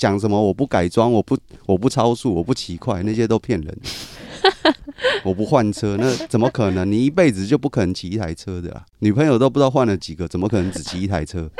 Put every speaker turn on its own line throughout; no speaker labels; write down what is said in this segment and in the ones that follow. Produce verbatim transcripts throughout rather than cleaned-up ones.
讲什么我不改装，我不我不超速，我不骑快，那些都骗人。我不换车，那怎么可能？你一辈子就不可能骑一台车的啦。女朋友都不知道换了几个，怎么可能只骑一台车？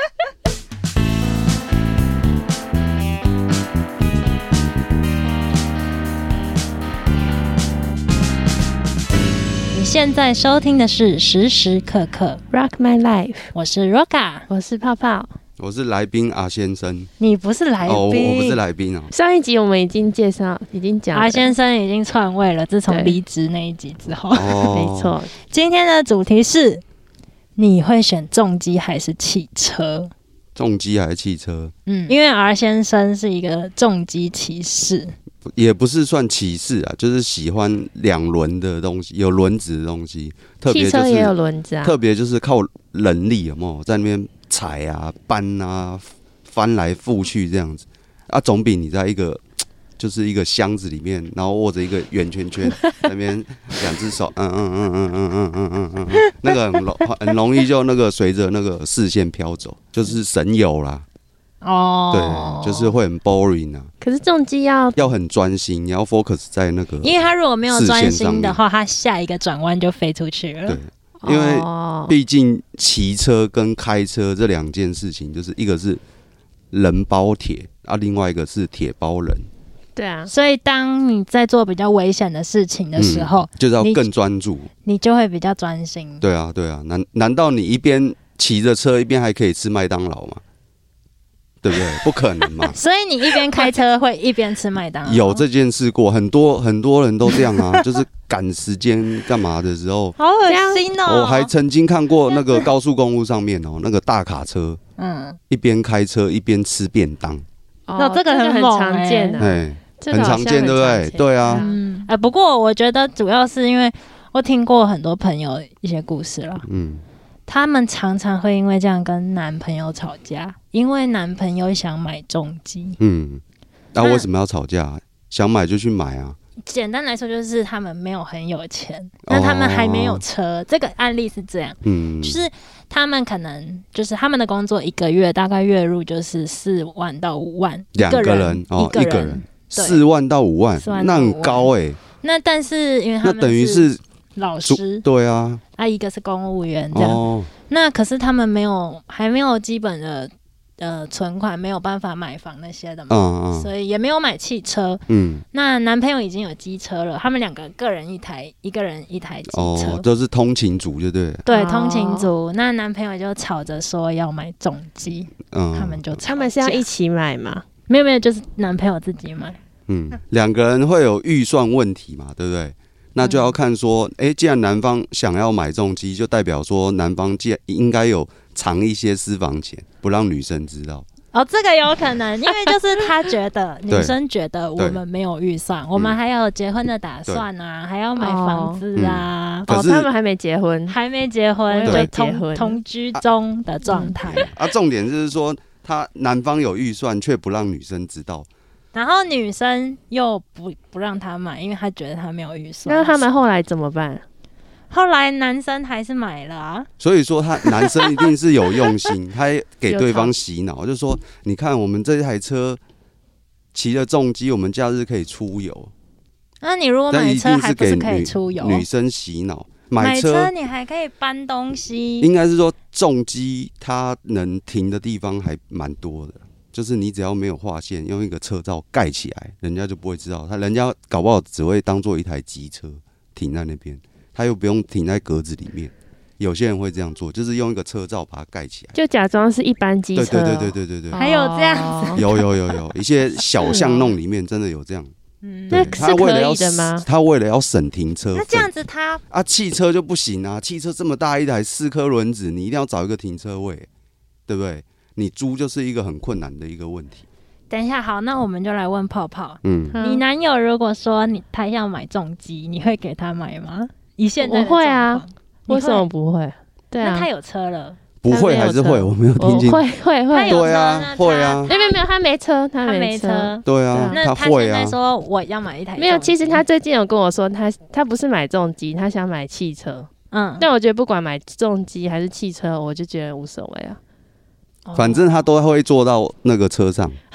你现在收听的是时时刻刻
Rock My Life，
我是 Roca，
我是泡泡，
我是来宾阿先生。
你不是来宾、
哦，我不是来宾哦。
上一集我们已经介绍，已经讲了，
阿先生已经篡位了。自从离职那一集之后，
哦、
没错。
今天的主题是：你会选重机还是汽车？
重机还是汽车？
嗯，因为 R 先生是一个重机骑士。
也不是算骑士啊，就是喜欢两轮的东西，有轮子的东西。特别就是、
汽车也有轮子啊。
特别就是靠人力，有没有在那边踩啊、搬啊、翻来覆去这样子啊，总比你在一个就是一个箱子里面，然后握着一个圆圈圈，在那边两只手，嗯嗯嗯嗯嗯嗯嗯嗯嗯，那个很容很容易就那个随着那个视线飘走，就是神游啦。哦，对，就是会很 boring 啊。
可是重机要
要很专心，你要 focus 在那个，
因为他如果没有专心的话，他下一个转弯就飞出去了。
对，因为毕竟骑车跟开车这两件事情，就是一个是人包铁啊，另外一个是铁包人。
对啊，
所以当你在做比较危险的事情的时候，
嗯、就是要更专注，
你就会比较专心。
对啊，对啊，难难道你一边骑着车一边还可以吃麦当劳吗？对不对？不可能嘛！
所以你一边开车会一边吃麦当劳？
有这件事过，很多很多人都这样啊，就是赶时间干嘛的时候，
好恶心哦！
我还曾经看过那个高速公路上面哦，那个大卡车，嗯，一边开车一边吃便当。
哦，这个很
猛、欸、很常见的、啊，
哎，很常见，对不对？对啊，
嗯，呃，不过我觉得主要是因为我听过很多朋友一些故事了，嗯。他们常常会因为这样跟男朋友吵架，因为男朋友想买重机。嗯，
那、啊、为什么要吵架？想买就去买啊。
简单来说，就是他们没有很有钱，那他们还没有车。哦、这个案例是这样，嗯，就是他们可能就是他们的工作一个月大概月入就是四万到五万，
两个人哦，一个人四万到五万，那很高哎、欸。
那但是因为他们
那等于是。
老师
对啊，
啊，一个是公务员这样，哦、那可是他们没有，还没有基本的呃存款，没有办法买房那些的嘛，嗯嗯、所以也没有买汽车。嗯，那男朋友已经有机车了，他们两个个人一台，一个人一台机车，
哦，都是通勤族，就对了。
对，通勤族。哦、那男朋友就吵着说要买重机，嗯，他们就
他们是要一起买吗？
没有没有，就是男朋友自己买。
嗯，两个人会有预算问题嘛，对不对？那就要看说，哎、欸，既然男方想要买重机，就代表说男方既然应该有藏一些私房钱，不让女生知道。
哦，这个有可能，因为就是他觉得女生觉得我们没有预算，我们还有结婚的打算啊，还要买房子啊。
哦，他们还没结婚，
还没结婚，对，同同居中的状态。
啊，重点就是说，他男方有预算，却不让女生知道。
然后女生又不不让他买，因为他觉得他没有预算。
那他们后来怎么办？
后来男生还是买了啊。
所以说他男生一定是有用心，他给对方洗脑，就说你看我们这台车骑了重机，我们假日可以出游。
那你如果买车还不是可以出游？
女生洗脑，
买车, 买车你还可以搬东西。
应该是说重机它能停的地方还蛮多的。就是你只要没有划线，用一个车罩盖起来，人家就不会知道。他人家搞不好只会当做一台机车停在那边，他又不用停在格子里面。有些人会这样做，就是用一个车罩把它盖起来，
就假装是一般机车、哦。
对对对对对对对，
还有这样子？
有有有有，一些小巷弄里面真的有这样。
嗯，那是可以的吗？
他为了要省停车费，
那这样子他
啊，汽车就不行啊，汽车这么大一台，四颗轮子，你一定要找一个停车位，对不对？你租就是一个很困难的一个问题。
等一下，好，那我们就来问泡泡。嗯，你男友如果说你他要买重机，你会给他买吗？以现在的
我会啊，为什么不会？对啊，
那他有车了。
不会还是会？我没有听清。
会会会。
对啊，会啊。
没有没有，他没车，他
没车。
对啊，
那
他会啊。
他现在说我要买一台。
没有，其实他最近有跟我说，他他不是买重机，他想买汽车。嗯，但我觉得不管买重机还是汽车，我就觉得无所谓啊。
反正他都会坐到那个车上，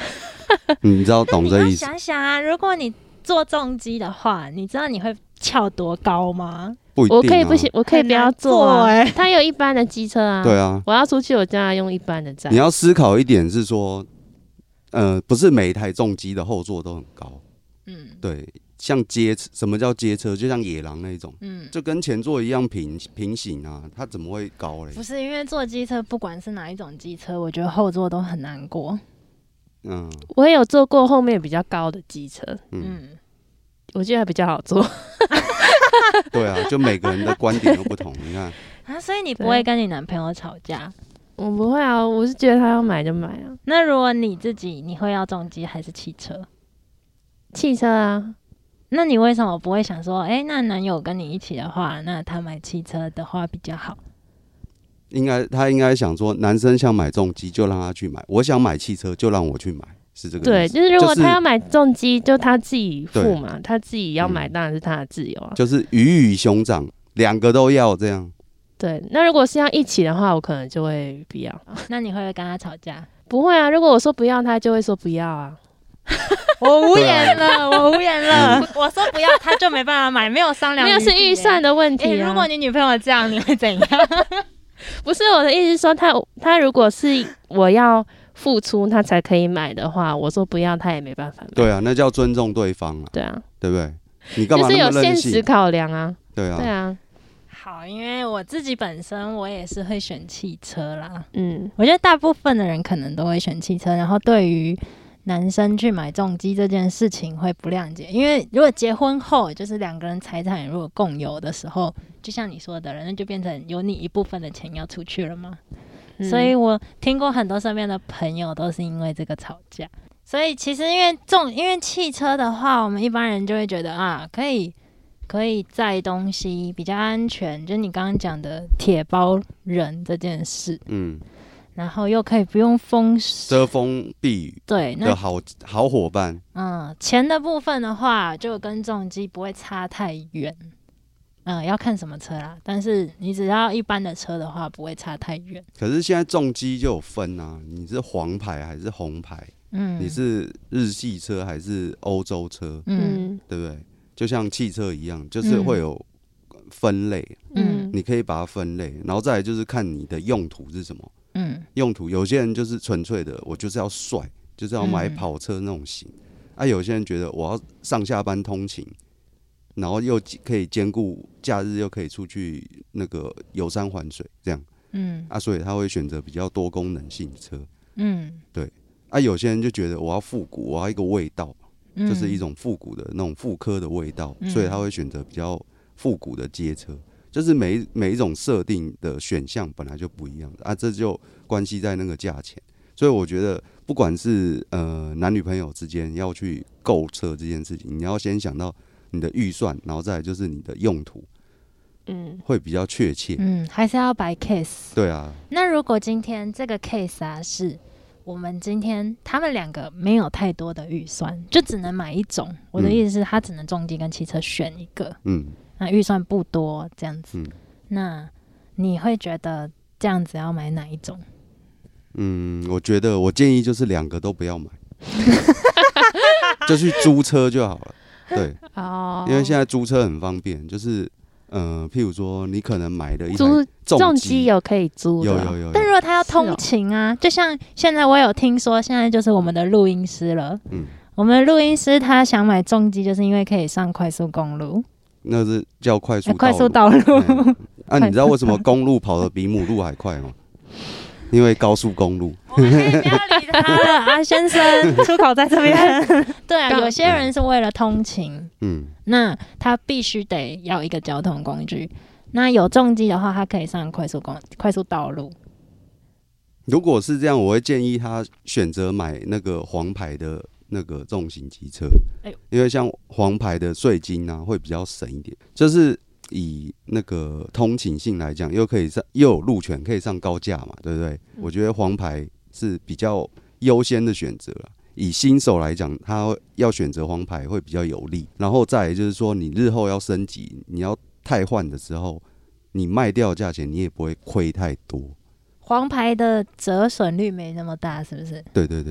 你知道懂这意思？
想想啊，如果你做重机的话，你知道你会翘多高吗？
不一定、啊，
我可以不行，我可以不要做啊。哎、欸，他有一般的机车啊。
对啊，
我要出去，我叫他用一般的载。
你要思考一点是说，呃，不是每一台重机的后座都很高。嗯，对，像街什么叫街车？就像野狼那一种，嗯，就跟前座一样平平行啊，它怎么会高嘞？
不是因为坐机车，不管是哪一种机车，我觉得后座都很难过。
嗯，我也有坐过后面比较高的机车，嗯。嗯，我觉得比较好坐。
对啊，就每个人的观点都不同。你看
啊，所以你不会跟你男朋友吵架？
我不会啊，我是觉得他要买就买啊。
那如果你自己，你会要重机还是汽车？
汽车啊。
那你为什么不会想说，哎、欸，那男友跟你一起的话，那他买汽车的话比较好？
应该他应该想说，男生想买重机就让他去买，我想买汽车就让我去买。是这个
对，就是如果他要买重机，就他自己付嘛，他自己要买当然是他的自由啊。
就是鱼与熊掌，两个都要这样。
对，那如果是要一起的话，我可能就会不要。
那你会跟他吵架？
不会啊，如果我说不要，他就会说不要啊。
我无言了，我无言了。我说不要，他就没办法买，没有商量。
那是预算的问题、啊欸。
如果你女朋友这样，你会怎样？
不是我的意思是说他，他如果是我要付出他才可以买的话，我说不要他也没办法买。
对啊，那叫尊重对方啊。
对啊，
对不对？你干嘛那么任性？
就是有现实考量啊。
对啊，
对啊。
好，因为我自己本身我也是会选汽车啦。嗯，我觉得大部分的人可能都会选汽车，然后对于男生去买重机这件事情会不谅解，因为如果结婚后就是两个人财产如果共有的时候，就像你说的，那就变成有你一部分的钱要出去了嘛。嗯、所以我听过很多身边的朋友都是因为这个吵架。所以其实因为重因为汽车的话，我们一般人就会觉得啊，可以可以载东西比较安全，就是你刚刚讲的铁包人这件事。嗯。然后又可以不用风
遮风避雨，
对，
那好好伙伴。
嗯，钱的部分的话，就跟重机不会差太远。嗯，要看什么车啦，但是你只要一般的车的话，不会差太远。
可是现在重机就有分啊，你是黄牌还是红牌？嗯，你是日系车还是欧洲车？嗯，对不对？就像汽车一样，就是会有分类。嗯，你可以把它分类，然后再来就是看你的用途是什么。嗯，用途有些人就是纯粹的，我就是要帅，就是要买跑车那种型、嗯、啊。有些人觉得我要上下班通勤，然后又可以兼顾假日，又可以出去那个游山玩水这样。嗯，啊，所以他会选择比较多功能性的车。嗯，对。啊，有些人就觉得我要复古，我要一个味道，嗯、就是一种复古的那种复刻的味道，嗯、所以他会选择比较复古的街车。就是每一每一种设定的选项本来就不一样的啊，这就关系在那个价钱。所以我觉得，不管是呃男女朋友之间要去购车这件事情，你要先想到你的预算，然后再来就是你的用途，嗯，会比较确切。
嗯，还是要摆 case。
对啊。
那如果今天这个 case 啊，是我们今天他们两个没有太多的预算，就只能买一种。我的意思是，他只能重机跟汽车选一个。嗯。那预算不多，这样子、嗯，那你会觉得这样子要买哪一种？
嗯，我觉得我建议就是两个都不要买，就去租车就好了。对，哦，因为现在租车很方便，就是呃，譬如说你可能买的一台
重机有可以租的，
有有 有, 有。
但如果他要通勤啊，就像现在我有听说，现在就是我们的录音师了。嗯，我们的录音师他想买重机，就是因为可以上快速公路。
那是叫快速道路、欸、
快速道路、
欸。啊，你知道为什么公路跑得比母路还快吗？因为高速公路。
我们可以不要理他了啊，先生，出口在这边。对啊，有些人是为了通勤，嗯，那他必须得要一个交通工具。那有重机的话，他可以上快速公快速道路。
如果是这样，我会建议他选择买那个黄牌的。那个重型机车，因为像黄牌的税金啊会比较省一点，就是以那个通勤性来讲，又可以上又有路权，可以上高架嘛，对不对？嗯、我觉得黄牌是比较优先的选择啦。以新手来讲，他要选择黄牌会比较有利。然后再来就是说，你日后要升级，你要汰换的时候，你卖掉的价钱你也不会亏太多。
黄牌的折损率没那么大，是不是？
对对对对。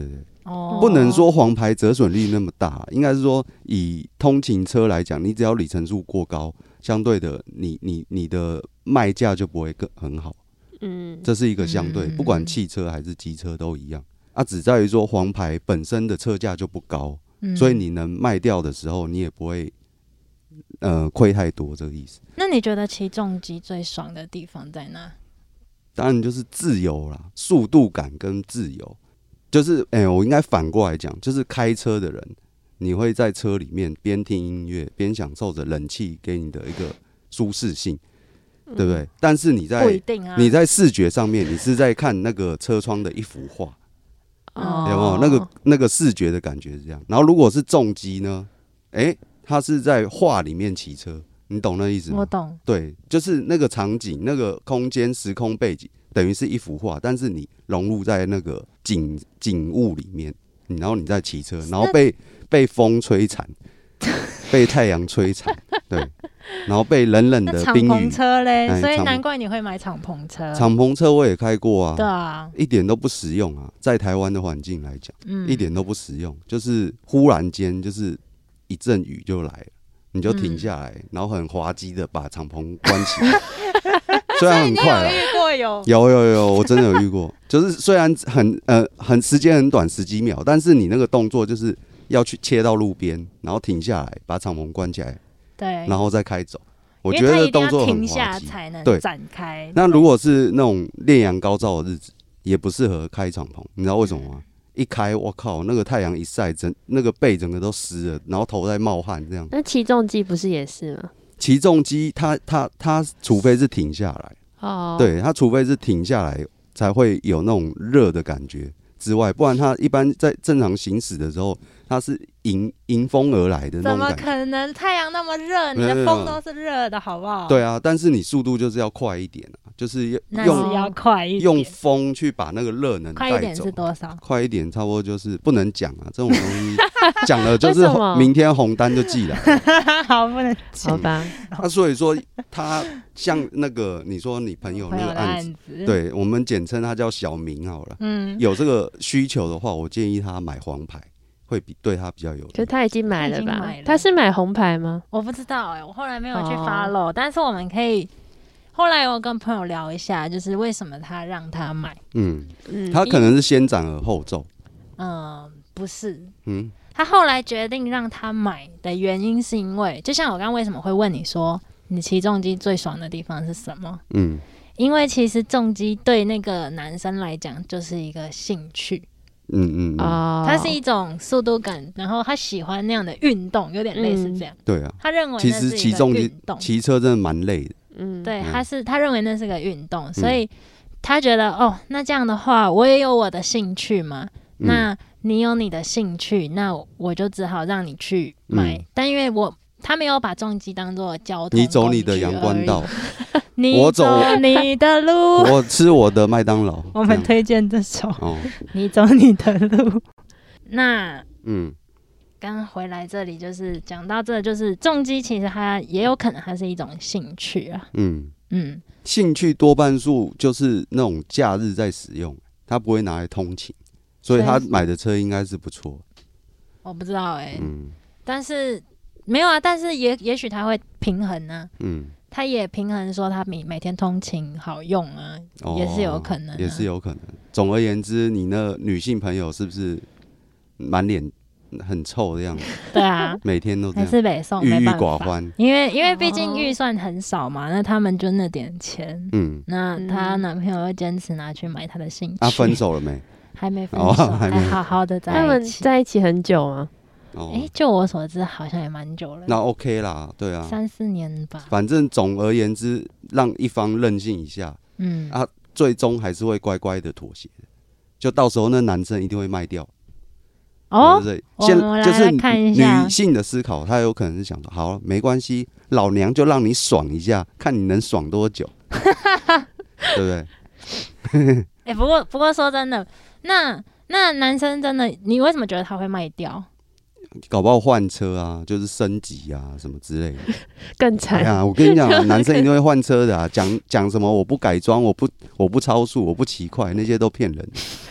哦，
不能说黄牌折损率那么大，应该是说以通勤车来讲，你只要里程数过高，相对的你你你的卖价就不会更很好。嗯，这是一个相对，嗯、不管汽车还是机车都一样啊，只在于说黄牌本身的车价就不高，嗯、所以你能卖掉的时候，你也不会呃亏太多，这个意思。
那你觉得骑重机最爽的地方在哪？
当然就是自由啦，速度感跟自由。就是哎、欸，我应该反过来讲，就是开车的人，你会在车里面边听音乐边享受着冷气给你的一个舒适性。对不对？嗯、但是你在、
啊、
你在视觉上面，你是在看那个车窗的一幅画，哦、有没有那个那个视觉的感觉是这样？然后如果是重机呢？哎、欸，它是在画里面骑车，你懂那意思吗？
我懂。
对，就是那个场景、那个空间、时空背景，等于是一幅画，但是你融入在那个景景物里面，然后你在骑车，然后被被风吹惨，被太阳吹惨，对。然后被冷冷的冰雨。
敞篷车嘞，所以难怪你会买敞篷车。
敞篷车我也开过啊，
对啊，
一点都不实用啊，在台湾的环境来讲，嗯，一点都不实用。就是忽然间，就是一阵雨就来了，你就停下来，嗯、然后很滑稽的把敞篷关起来。虽然很快啊，
有遇过有
有有有，我真的有遇过。就是虽然很呃很时间很短，十几秒，但是你那个动作就是要去切到路边，然后停下来，把敞篷关起来。
对，
然后再开走，我觉得动作很滑稽，
停下才能展开。
那如果是那种烈阳高照的日子，也不适合开敞篷，你知道为什么吗？一开，我靠，那个太阳一晒，整那个背整个都湿了，然后头在冒汗，这样。
那骑重机不是也是吗？
骑重机，它它它，除非是停下来，哦，对，它除非是停下来才会有那种热的感觉之外，不然它一般在正常行驶的时候，它是迎迎风而来的那种感觉。
怎么可能？太阳那么热，你的风都是热的，好不好？
对啊，但是你速度就是要快一点啊，就是用
那是要快一点，
用风去把那个热能带走。
快一点是多少？
快一点差不多就是不能讲啊，这种东西讲了就是明天红单就寄来了。
好，不能
讲。好吧。
那所以说，他像那个你说你朋友那个案子，案子对我们简称他叫小明好了。嗯，有这个需求的话，我建议他买黄牌。会比对他比较有利，
可是他已经买了吧？他, 他是买红牌吗？
我不知道哎、欸，我后来没有去 follow、哦、但是我们可以后来我跟朋友聊一下，就是为什么他让他买。嗯
嗯，他可能是先斩而后奏。
嗯，不是，嗯，他后来决定让他买的原因是因为，就像我刚刚为什么会问你说，你骑重机最爽的地方是什么？嗯，因为其实重机对那个男生来讲就是一个兴趣。嗯嗯啊，它是一种速度感，然后他喜欢那样的运动，有点类似这样。
嗯、对啊，
他认为那是一个运动，
骑车真的蛮累的。
嗯，对，他是他认为那是个运动，所以他觉得、嗯、哦，那这样的话，我也有我的兴趣嘛。嗯、那你有你的兴趣，那我就只好让你去买。嗯、但因为我他没有把重机当作交通，
你走你的阳关道。
你走你的路，
我吃我的麦当劳。
我们推荐这首、哦、你走你的路。那嗯，刚回来这里就是讲到这，就是重机其实它也有可能它是一种兴趣啊。嗯
嗯，兴趣多半数就是那种假日在使用，他不会拿来通勤，所以他买的车应该是不错。
我不知道哎、欸，嗯，但是没有啊，但是也也许他会平衡啊。嗯。他也平衡说他每每天通勤好用啊、哦，也是有可能、啊，
也是有可能。总而言之，你那女性朋友是不是满脸很臭的样子？
对啊，
每天都这样，
还是北宋
郁郁寡欢。
因为因为毕竟预算很少嘛，那他们就那点钱，嗯，那她男朋友又坚持拿去买他的兴趣。
他、啊、分手了没？
还没分手，哦、还, 还好好的在一起。
他们在一起很久吗？
哎、欸，就我所知，好像也蛮久了。
那 OK 啦，对啊，
三四年吧。
反正总而言之，让一方任性一下，嗯啊，最终还是会乖乖的妥协。就到时候那男生一定会卖掉。
哦，对不对？先就是
女性的思考，她有可能是想说，好，没关系，老娘就让你爽一下，看你能爽多久，对不对？
哎、欸，不过不过说真的，那那男生真的，你为什么觉得他会卖掉？
搞不好换车啊，就是升级啊，什么之类的，
更惨。
哎呀，我跟你讲、啊，男生一定会换车的啊！讲讲什么我不改装，我不我不超速，我不骑快，那些都骗人。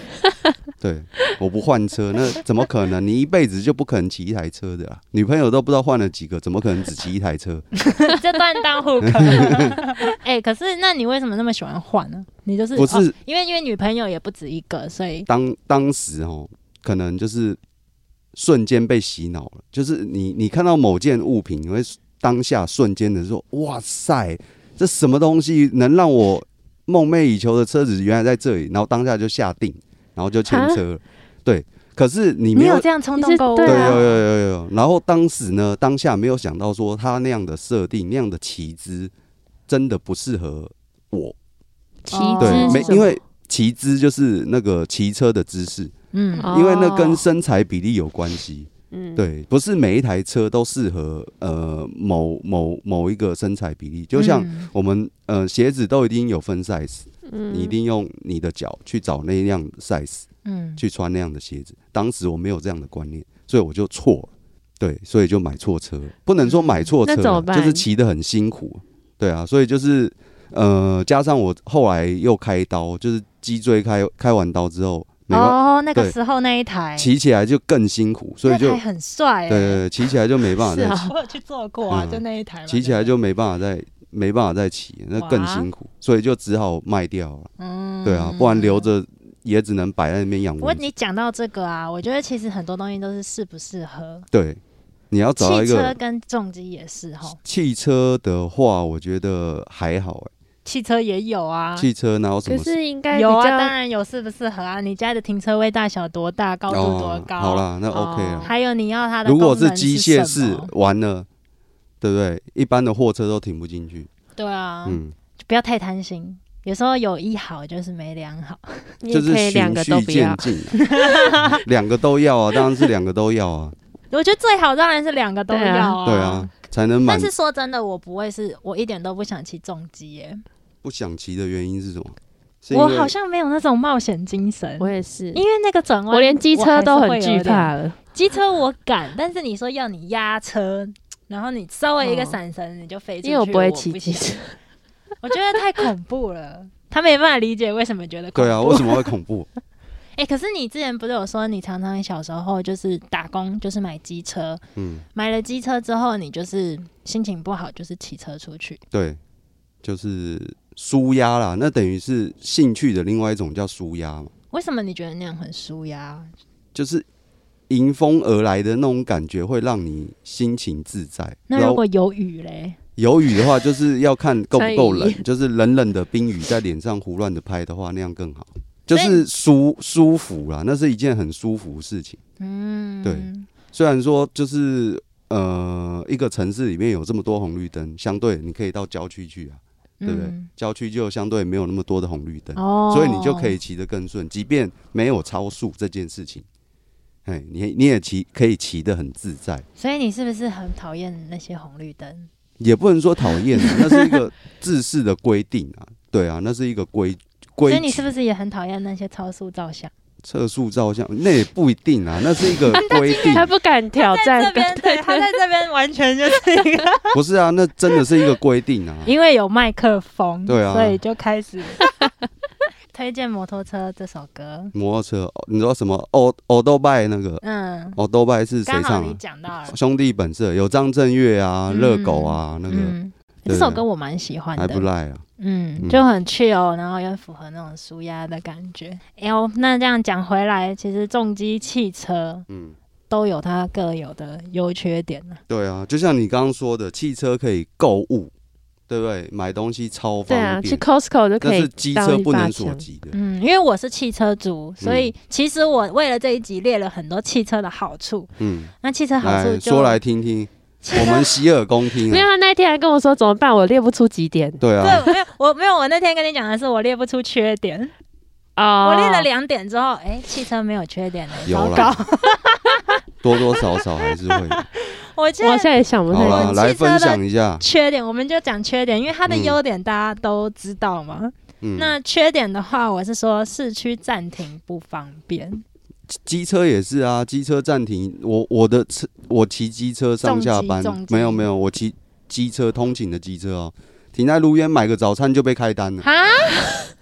对，我不换车，那怎么可能？你一辈子就不可能骑一台车的啦。女朋友都不知道换了几个，怎么可能只骑一台车？
这段当户口。哎、欸，可是那你为什么那么喜欢换呢？你就是
不是、哦、
因为因为女朋友也不止一个，所以
当当时哦，可能就是瞬间被洗脑了，就是你你看到某件物品，你会当下瞬间的说：“哇塞，这什么东西能让我梦寐以求的车子原来在这里？”然后当下就下定。然后就牵车了，对。可是你没有，
你有这样冲动购物？
对，有有有有。然后当时呢，当下没有想到说他那样的设定、那样的骑姿，真的不适合我。
骑姿
对，没，因为骑姿就是那个骑车的姿势，嗯，因为那跟身材比例有关系。嗯，对，不是每一台车都适合呃某某某一个身材比例，就像我们呃鞋子都一定有分 size。嗯、你一定用你的脚去找那样的 size， 嗯，去穿那样的鞋子。当时我没有这样的观念，所以我就错了，对，所以就买错车。不能说买错车，就是骑得很辛苦，对啊，所以就是呃，加上我后来又开刀，就是脊椎开开完刀之后，
哦，那个时候那一台
骑起来就更辛苦，所以就
那台很帅、欸，
对对对，骑起来就没办法再骑。
啊、我有去坐过啊，嗯、就那一台，
骑起来就没办法再。没办法再骑，那更辛苦，所以就只好卖掉了。嗯，对啊，不然留着也只能摆在那边养蚊子。
不过你讲到这个啊，我觉得其实很多东西都是适不适合。
对，你要找到一个。
汽车跟重机也是哈。
汽车的话，我觉得还好哎、欸。
汽车也有啊。
汽车哪有什么？
可是应该
有啊，当然有适不适合啊。你家的停车位大小多大，高度多高？哦、
好啦，那 OK 了、哦。
还有你要它的
如果是机械式，完了。对不对？一般的货车都停不进去。
对啊，嗯，不要太贪心。有时候有一好就是没两好，
就是循序渐进，两个都要啊，当然是两个都要啊。
我觉得最好当然是两个都要啊，
对啊，才能满。
但是说真的，我不会是，我一点都不想骑重机耶。
不想骑的原因是什么？
我好像没有那种冒险精神。
我也是，
因为那个转弯，
我连机车都很惧怕了。
机车我敢，但是你说要你压车。然后你稍微一个闪神，你就飞出去。
因为我不会骑机车，
我觉得太恐怖了。他没办法理解为什么觉得恐怖。
对啊，为什么会恐怖？
哎、欸，可是你之前不是有说，你常常小时候就是打工，就是买机车。嗯，买了机车之后，你就是心情不好，就是骑车出去。
对，就是舒压啦。那等于是兴趣的另外一种叫舒压嘛。
为什么你觉得那样很舒压？
就是。迎风而来的那种感觉会让你心情自在。
那如果有雨嘞？
有雨的话，就是要看够不够冷，就是冷冷的冰雨在脸上胡乱的拍的话，那样更好，就是舒舒服啦。那是一件很舒服的事情。嗯，对。虽然说就是呃，一个城市里面有这么多红绿灯，相对你可以到郊区去啊，对不对？嗯、郊区就相对没有那么多的红绿灯，哦、所以你就可以骑得更顺，即便没有超速这件事情。哎，你你也骑可以骑得很自在，
所以你是不是很讨厌那些红绿灯？
也不能说讨厌啊，那是一个制式的规定啊，对啊，那是一个规规。
所以你是不是也很讨厌那些超速照相？
测速照相那也不一定啊，那是一个规定。
他不敢挑战，
他在这边，对，他在这边完全就是一个
不是啊，那真的是一个规定啊，
因为有麦克风，
对啊，
所以就开始。推荐摩托车这首歌。
摩托车，你说什么？欧欧多拜那个，嗯，欧多拜是谁唱的？
刚好你讲到了
兄弟本色，有张震岳啊，热、嗯、狗啊，那个、
嗯、这首歌我蛮喜欢的，
还不赖啊。
嗯，就很 chill， 然后又符合那种舒压的感觉。哎呦，那这样讲回来，其实重机汽车，嗯，都有它各有的优缺点呢。
对啊，就像你刚刚说的，汽车可以购物。对不对？买东西超方便，对
啊，去 Costco 就可以。
那是机车不能所及的。
嗯，因为我是汽车族，所以其实我为了这一集列了很多汽车的好处。嗯，那汽车好处就
说来听听，我们洗耳恭听、啊。
没有，他那天还跟我说怎么办，我列不出几点。
对啊，
对，没有，我没有，我那天跟你讲的是我列不出缺点。哦，我列了两点之后，哎，汽车没有缺点了，糟糕。
多多少少还是会。
我现在
我现在也想不太
好来分享一下
缺点，我们就讲缺点，因为它的优点大家都知道嘛。嗯、那缺点的话，我是说市区暂停不方便。
机车也是啊，机车暂停，我我的车我骑机车上下班，没有没有，我骑机车通勤的机车哦，停在路边买个早餐就被开单了。哈，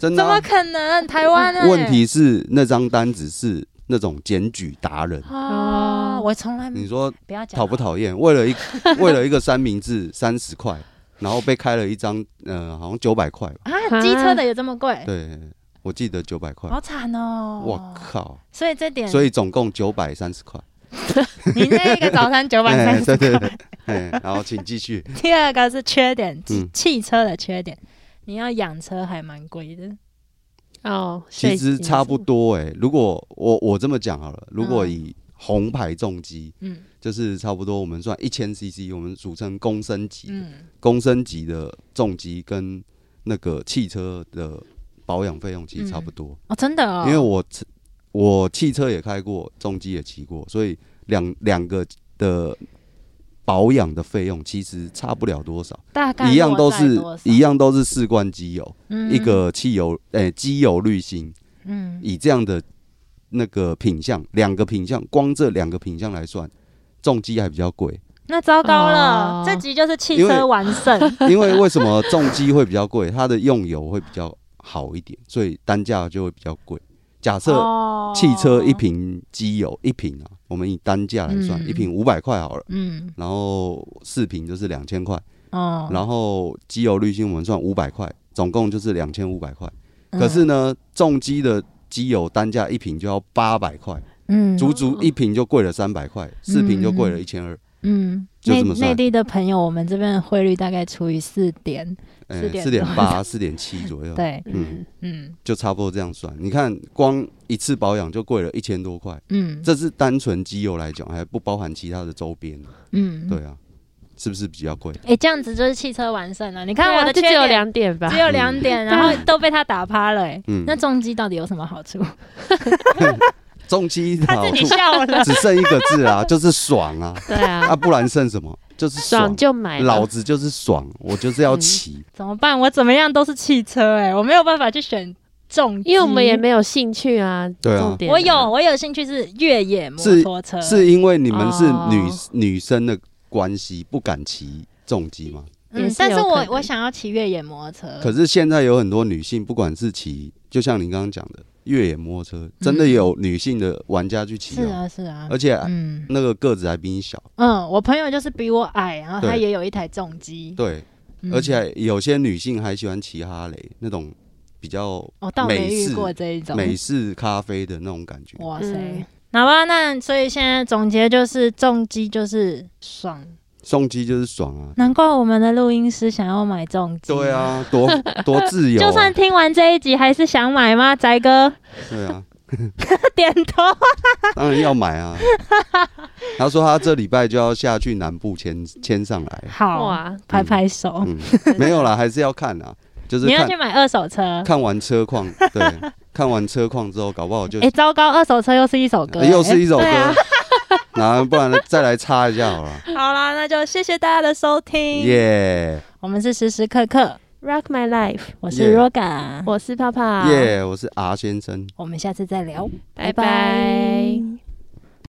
真的、啊？
怎么可能？台湾、欸、
问题是那张单子是那种检举达人
啊，我从来没
你说
不要讲
讨不讨厌？为了一为了一个三明治三十块，然后被开了一张呃，好像九百块吧？
啊，机车的也这么贵？
对，我记得九百块，
好惨哦！
我靠！
所以这点，
所以总共九百三十块。
你那个早餐九百三十块，
对对对，哎，然后请继续。
第二个是缺点，嗯、汽车的缺点，你要养车还蛮贵的。
哦，
其实差不多哎、欸。如果我我这么讲好了，如果以红牌重机，嗯，就是差不多我们算一千 C C， 我们俗称公升级，嗯，公升级的重机跟那个汽车的保养费用其实差不多、嗯、
哦，真的哦，
因为我我汽车也开过，重机也骑过，所以两两个的保养的费用其实差不了多少，
大概
一样都是一样都是四罐机油，嗯、一个汽油诶机油滤芯，嗯，以这样的那个品项，两个品项，光这两个品项来算，重机还比较贵。
那糟糕了，哦、这集就是汽车完胜。
因为为什么重机会比较贵？它的用油会比较好一点，所以单价就会比较贵。假设汽车一瓶机油一瓶啊，我们以单价来算，嗯、一瓶五百块好了，嗯，然后四瓶就是两千块，哦，然后机油滤芯我们算五百块，总共就是两千五百块。可是呢，重机的机油单价一瓶就要八百块，嗯，足足一瓶就贵了三百块，四瓶就贵了一千二。嗯，就这么算。
内地的朋友，我们这边的汇率大概除以四点，
四点八、四点七左右。
对，
嗯嗯，就差不多这样算。你看，光一次保养就贵了一千多块。嗯，这是单纯机油来讲，还不包含其他的周边。嗯，对啊，是不是比较贵？
哎、欸，这样子就是汽车完胜了。你看我的缺点、
啊、只有两点吧，
只有两点，嗯、然后都被他打趴了、欸。嗯，那重机到底有什么好处？
重机的好处
他自己笑了，
只剩一个字啊，就是爽啊！
对啊，
啊，不然剩什么？就是爽，
爽就买了，
老子就是爽，我就是要骑、嗯。
怎么办？我怎么样都是汽车哎、欸，我没有办法去选重机，
因为我们也没有兴趣啊。
对啊，
我有，我有兴趣是越野摩托车，
是, 是因为你们是女、哦、女生的关系，不敢骑重机吗？
嗯，但是我我想要骑越野摩托车。
可是现在有很多女性，不管是骑，就像你刚刚讲的越野摩托车，真的有女性的玩家去骑、喔嗯。是
啊，是啊，
而且嗯，那个个子还比你小。
嗯，我朋友就是比我矮，然后他也有一台重机。
对，嗯、而且有些女性还喜欢骑哈雷那种比较美式、
哦、过这一种
美式咖啡的那种感觉。
哇塞！嗯、好吧，那所以现在总结就是重机就是爽。
重机就是爽啊！
难怪我们的录音师想要买重机。
对啊，多多自由、啊。
就算听完这一集，还是想买吗，宅哥？
对啊，
点头。
当然要买啊！他说他这礼拜就要下去南部签签上来。
好啊，拍拍手。
嗯嗯、没有啦，还是要看啊。就是
你要去买二手车，
看完车况，对，看完车况之后，搞不好就……
哎、欸，糟糕，二手车又是一首歌、欸
欸，又是一首歌。
啊
那不然再来插一下好了。
好啦，那就谢谢大家的收听。
耶、yeah ！
我们是时时刻刻
Rock My Life，
我是 Roga，
我是泡泡。
耶！我是 R 先生。
我们下次再聊，
拜拜。